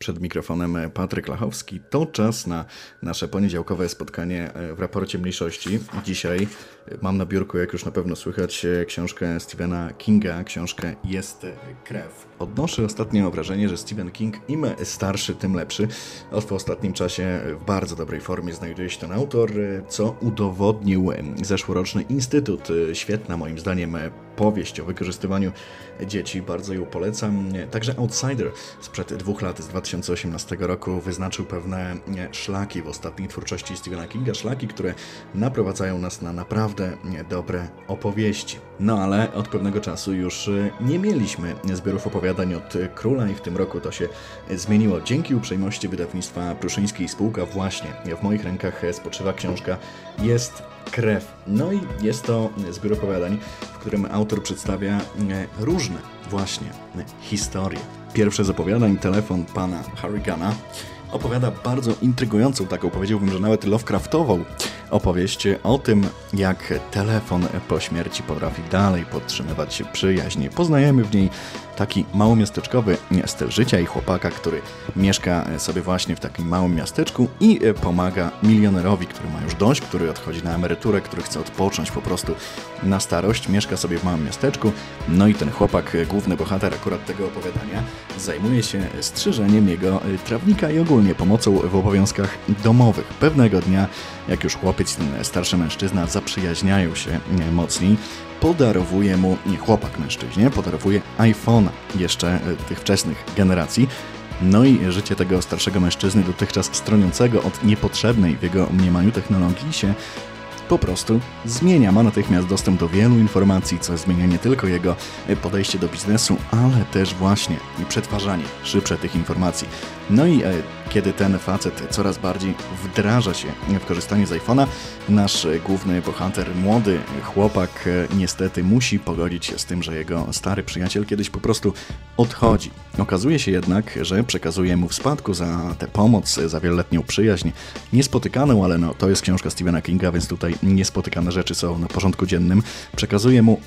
Przed mikrofonem Patryk Lachowski. To czas na nasze poniedziałkowe spotkanie w Raporcie Mniejszości. Dzisiaj mam na biurku, jak już na pewno słychać, książkę Stephena Kinga, książkę Jest krew. Odnoszę ostatnio wrażenie, że Stephen King im starszy, tym lepszy. W ostatnim czasie w bardzo dobrej formie znajduje się ten autor, co udowodnił zeszłoroczny Instytut. Świetna moim zdaniem powieść o wykorzystywaniu dzieci, bardzo ją polecam. Także Outsider sprzed 2 lat, z 2018 roku, wyznaczył pewne szlaki w ostatniej twórczości Stephena Kinga, szlaki, które naprowadzają nas na naprawdę dobre opowieści. No ale od pewnego czasu już nie mieliśmy zbiorów opowiadań od Króla i w tym roku to się zmieniło. Dzięki uprzejmości wydawnictwa Pruszyńskiej Spółka właśnie w moich rękach spoczywa książka Jest krew. No i jest to zbiór opowiadań, w którym autor przedstawia różne właśnie historie. Pierwsze z opowiadań, Telefon pana Harrigana, opowiada bardzo intrygującą, taką powiedziałbym, że nawet Lovecraftową opowieść o tym, jak telefon po śmierci potrafi dalej podtrzymywać przyjaźń. Poznajemy w niej taki małomiasteczkowy styl życia i chłopaka, który mieszka sobie właśnie w takim małym miasteczku i pomaga milionerowi, który ma już dość, który odchodzi na emeryturę, który chce odpocząć po prostu na starość, mieszka sobie w małym miasteczku. No i ten chłopak, główny bohater akurat tego opowiadania, zajmuje się strzyżeniem jego trawnika i ogólnie pomocą w obowiązkach domowych. Pewnego dnia, jak już chłopiec i ten starszy mężczyzna zaprzyjaźniają się mocniej, podarowuje mu, chłopak mężczyźnie, podarowuje iPhone'a jeszcze tych wczesnych generacji. No i życie tego starszego mężczyzny, dotychczas stroniącego od niepotrzebnej w jego mniemaniu technologii, się po prostu zmienia. Ma natychmiast dostęp do wielu informacji, co zmienia nie tylko jego podejście do biznesu, ale też właśnie przetwarzanie szybsze tych informacji. No i kiedy ten facet coraz bardziej wdraża się w korzystanie z iPhone'a, nasz główny bohater, młody chłopak, niestety musi pogodzić się z tym, że jego stary przyjaciel kiedyś po prostu odchodzi. Okazuje się jednak, że przekazuje mu w spadku za tę pomoc, za wieloletnią przyjaźń, niespotykaną, ale to jest książka Stephena Kinga, więc tutaj niespotykane rzeczy są na porządku dziennym. Przekazuje mu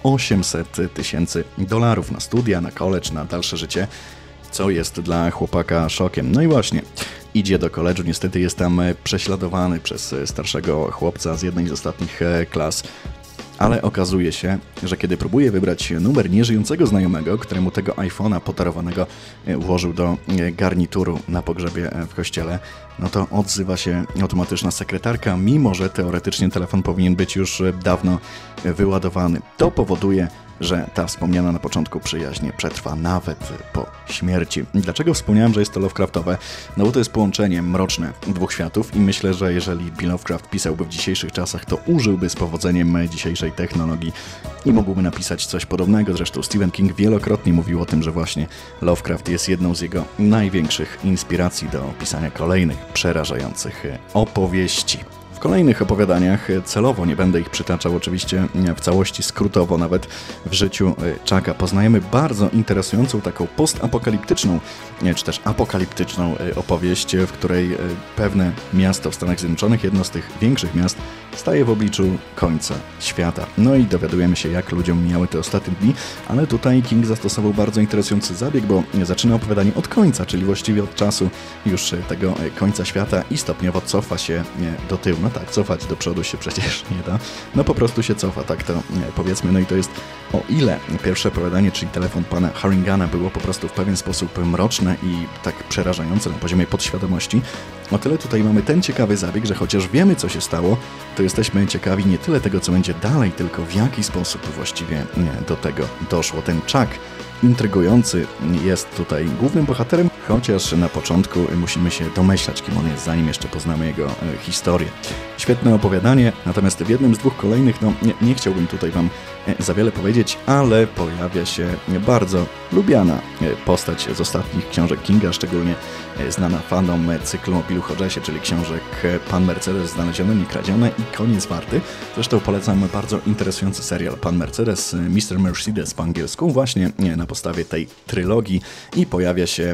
$800,000 na studia, na college, na dalsze życie, co jest dla chłopaka szokiem. No i właśnie, idzie do college'u, niestety jest tam prześladowany przez starszego chłopca z jednej z ostatnich klas, ale okazuje się, że kiedy próbuje wybrać numer nieżyjącego znajomego, któremu tego iPhone'a podarowanego włożył do garnituru na pogrzebie w kościele, no to odzywa się automatyczna sekretarka, mimo że teoretycznie telefon powinien być już dawno wyładowany. To powoduje, że ta wspomniana na początku przyjaźń przetrwa nawet po śmierci. Dlaczego wspomniałem, że jest to Lovecraftowe? No bo to jest połączenie mroczne dwóch światów i myślę, że jeżeli B. Lovecraft pisałby w dzisiejszych czasach, to użyłby z powodzeniem dzisiejszej technologii i mógłby napisać coś podobnego. Zresztą Stephen King wielokrotnie mówił o tym, że właśnie Lovecraft jest jedną z jego największych inspiracji do pisania kolejnych przerażających opowieści. W kolejnych opowiadaniach, celowo nie będę ich przytaczał oczywiście w całości, skrótowo nawet, w życiu Chucka poznajemy bardzo interesującą taką postapokaliptyczną, czy też apokaliptyczną opowieść, w której pewne miasto w Stanach Zjednoczonych, jedno z tych większych miast, staje w obliczu końca świata. No i dowiadujemy się, jak ludziom mijały te ostatnie dni, ale tutaj King zastosował bardzo interesujący zabieg, bo zaczyna opowiadanie od końca, czyli właściwie od czasu już tego końca świata i stopniowo cofa się do tyłu. No tak, cofać do przodu się przecież nie da. No po prostu się cofa, tak to powiedzmy. No i to jest, o ile pierwsze opowiadanie, czyli Telefon pana Harringana, było po prostu w pewien sposób mroczne i tak przerażające na poziomie podświadomości, o tyle tutaj mamy ten ciekawy zabieg, że chociaż wiemy, co się stało, to jesteśmy ciekawi nie tyle tego, co będzie dalej, tylko w jaki sposób właściwie do tego doszło. Ten Chuck intrygujący jest tutaj głównym bohaterem, chociaż na początku musimy się domyślać, kim on jest, zanim jeszcze poznamy jego historię. Świetne opowiadanie, natomiast w jednym z dwóch kolejnych, nie chciałbym tutaj wam za wiele powiedzieć, ale pojawia się bardzo lubiana postać z ostatnich książek Kinga, szczególnie znana fanom cyklu o Billu Hodgesie, czyli książek Pan Mercedes znaleziony, nie kradzione i Koniec warty. Zresztą polecam bardzo interesujący serial Pan Mercedes, Mr. Mercedes po angielsku, właśnie na podstawie tej trylogii i pojawia się Howl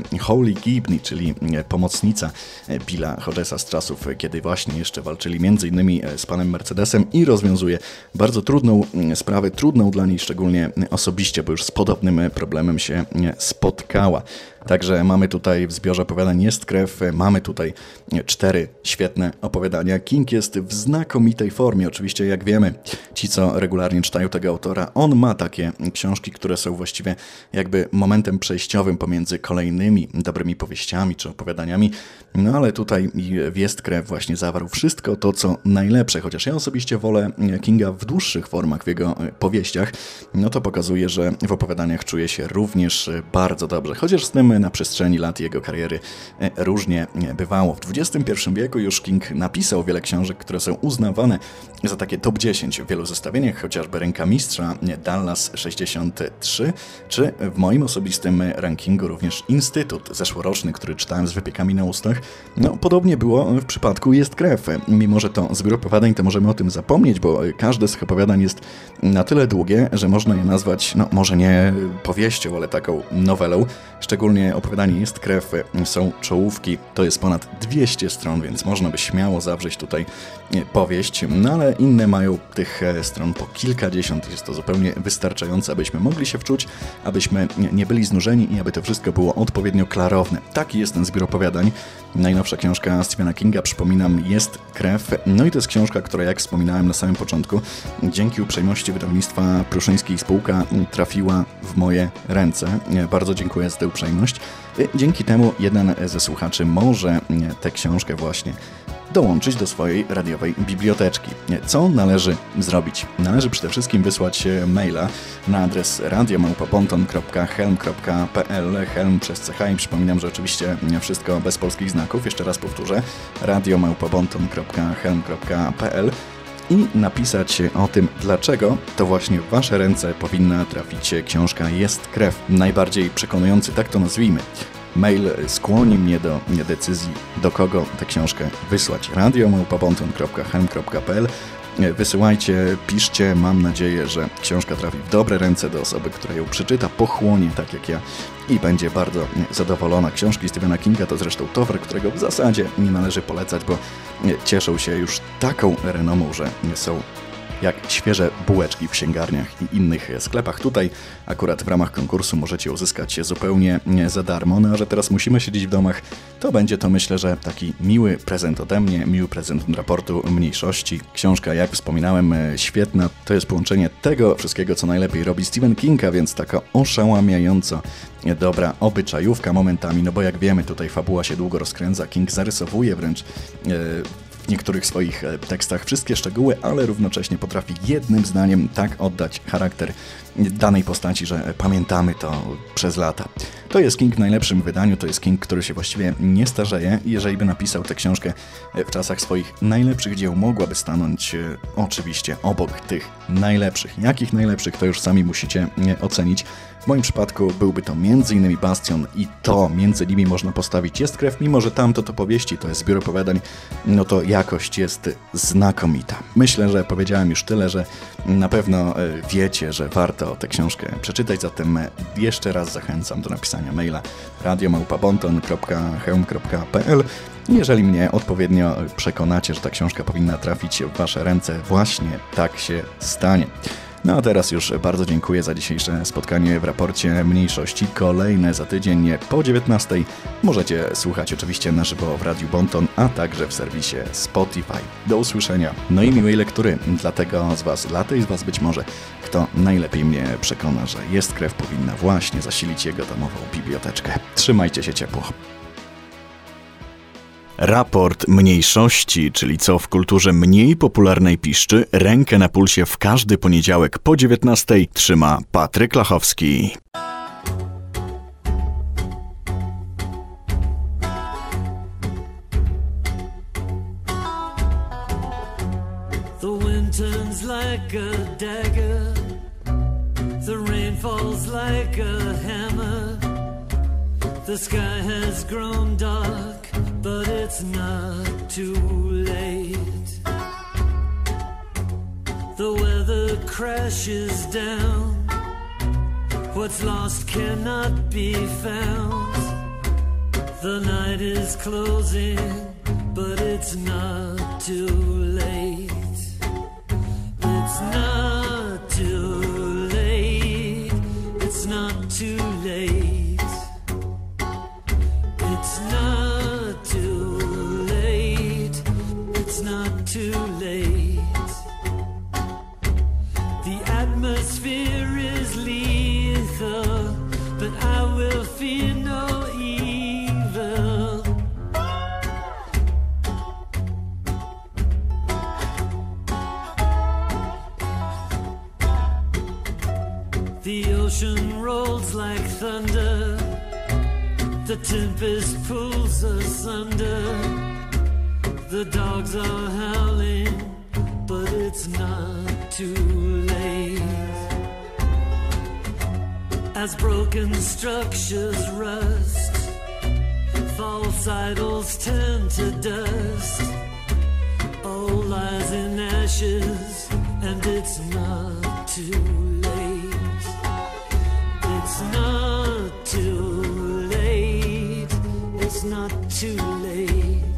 Julie Gibney, czyli pomocnica Billa Hodgesa z czasów, kiedy właśnie jeszcze walczyli m.in. z panem Mercedesem i rozwiązuje bardzo trudną sprawę, trudną dla niej szczególnie osobiście, bo już z podobnym problemem się spotkała. Także mamy tutaj w zbiorze opowiadań Jest krew, mamy tutaj 4 świetne opowiadania. King jest w znakomitej formie, oczywiście jak wiemy, ci co regularnie czytają tego autora, on ma takie książki, które są właściwie jakby momentem przejściowym pomiędzy kolejnymi dobrymi powieściami czy opowiadaniami, no ale tutaj w Jest krew właśnie zawarł wszystko to, co najlepsze, chociaż ja osobiście wolę Kinga w dłuższych formach w jego powieściach, no to pokazuje, że w opowiadaniach czuje się również bardzo dobrze, chociaż z tym na przestrzeni lat jego kariery różnie bywało. W XXI wieku już King napisał wiele książek, które są uznawane za takie top 10 w wielu zestawieniach, chociażby Ręka Mistrza, Dallas 63, czy w moim osobistym rankingu również Instytut zeszłoroczny, który czytałem z wypiekami na ustach. No, podobnie było w przypadku Jest krew. Mimo że to zbiór opowiadań, to możemy o tym zapomnieć, bo każde z tych opowiadań jest na tyle długie, że można je nazwać, no może nie powieścią, ale taką nowelą. Szczególnie opowiadanie Jest krew są czołówki, to jest ponad 200 stron, więc można by śmiało zawrzeć tutaj powieść, no ale inne mają tych stron po kilkadziesiąt, jest to zupełnie wystarczające, abyśmy mogli się wczuć, abyśmy nie byli znużeni i aby to wszystko było odpowiednio klarowne. Taki jest ten zbiór opowiadań. Najnowsza książka Stephena Kinga, przypominam, Jest krew, no i to jest książka, która, jak wspominałem na samym początku, dzięki uprzejmości wydawnictwa Pruszyńskiej Spółka trafiła w moje ręce. Bardzo dziękuję za tę uprzejmość. Dzięki temu jeden ze słuchaczy może tę książkę właśnie dołączyć do swojej radiowej biblioteczki. Co należy zrobić? Należy przede wszystkim wysłać maila na adres radiomałpa.bonton.helm.pl, helm przez ch, i przypominam, że oczywiście wszystko bez polskich znaków. Jeszcze raz powtórzę, radiomałpa.bonton.helm.pl i napisać o tym, dlaczego to właśnie w wasze ręce powinna trafić książka Jest krew. Najbardziej przekonujący, tak to nazwijmy, mail skłoni mnie do decyzji, do kogo tę książkę wysłać. radiomałpa.bonton.helm.pl. Wysyłajcie, piszcie, mam nadzieję, że książka trafi w dobre ręce do osoby, która ją przeczyta, pochłonie, tak jak ja, i będzie bardzo zadowolona. Książki Stephena Kinga to zresztą towar, którego w zasadzie nie należy polecać, bo cieszą się już taką renomą, że są jak świeże bułeczki w księgarniach i innych sklepach. Tutaj akurat w ramach konkursu możecie uzyskać je zupełnie za darmo, no a że teraz musimy siedzieć w domach, to będzie to, myślę, że taki miły prezent ode mnie, miły prezent od raportu mniejszości. Książka, jak wspominałem, świetna. To jest połączenie tego wszystkiego, co najlepiej robi Stephen King, a więc taka oszałamiająco dobra obyczajówka momentami, no bo jak wiemy, tutaj fabuła się długo rozkręca, King zarysowuje wręcz w niektórych swoich tekstach wszystkie szczegóły, ale równocześnie potrafi jednym zdaniem tak oddać charakter danej postaci, że pamiętamy to przez lata. To jest King w najlepszym wydaniu, to jest King, który się właściwie nie starzeje i jeżeli by napisał tę książkę w czasach swoich najlepszych dzieł, mogłaby stanąć oczywiście obok tych najlepszych. Jakich najlepszych, to już sami musicie ocenić. W moim przypadku byłby to m.in. Bastion i to między nimi można postawić Jest krew, mimo że tamto to powieści, to jest zbiór opowiadań, no to jakość jest znakomita. Myślę, że powiedziałem już tyle, że na pewno wiecie, że warto tę książkę przeczytać, zatem jeszcze raz zachęcam do napisania maila radiomałpa.bonton.helm.pl. Jeżeli mnie odpowiednio przekonacie, że ta książka powinna trafić w wasze ręce, właśnie tak się stanie. No a teraz już bardzo dziękuję za dzisiejsze spotkanie w raporcie mniejszości. Kolejne za tydzień po 19:00. Możecie słuchać oczywiście na żywo w Radiu Bonton, a także w serwisie Spotify. Do usłyszenia. No i miłej lektury dla tego z was, dla tej z was być może, kto najlepiej mnie przekona, że Jest krew powinna właśnie zasilić jego domową biblioteczkę. Trzymajcie się ciepło. Raport mniejszości, czyli co w kulturze mniej popularnej piszczy, rękę na pulsie w każdy poniedziałek po 19:00 trzyma Patryk Lachowski. The wind turns like a dagger, the rain falls like a hammer, the sky has grown dark, but it's not too late. The weather crashes down, what's lost cannot be found. The night is closing, but it's not too late. It's not too late. It's not too late. It's not too late. It's not too late. The atmosphere is lethal, but I will fear no evil. The ocean rolls like thunder, the tempest pulls asunder. The dogs are howling, but it's not too late. As broken structures rust, false idols turn to dust. All lies in ashes, and it's not too late. It's not too late. It's not too late.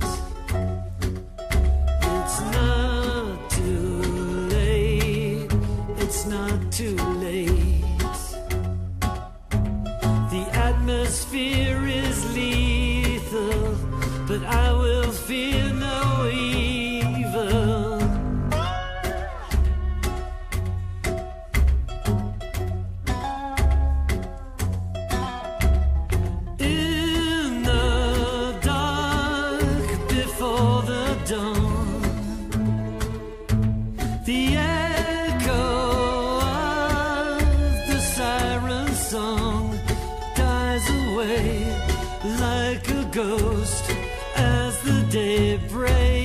It's not too late. It's not too late. The atmosphere is lethal, but I will fear no evil. In the dark before the dawn, the echo of the siren song dies away like a ghost as the day breaks.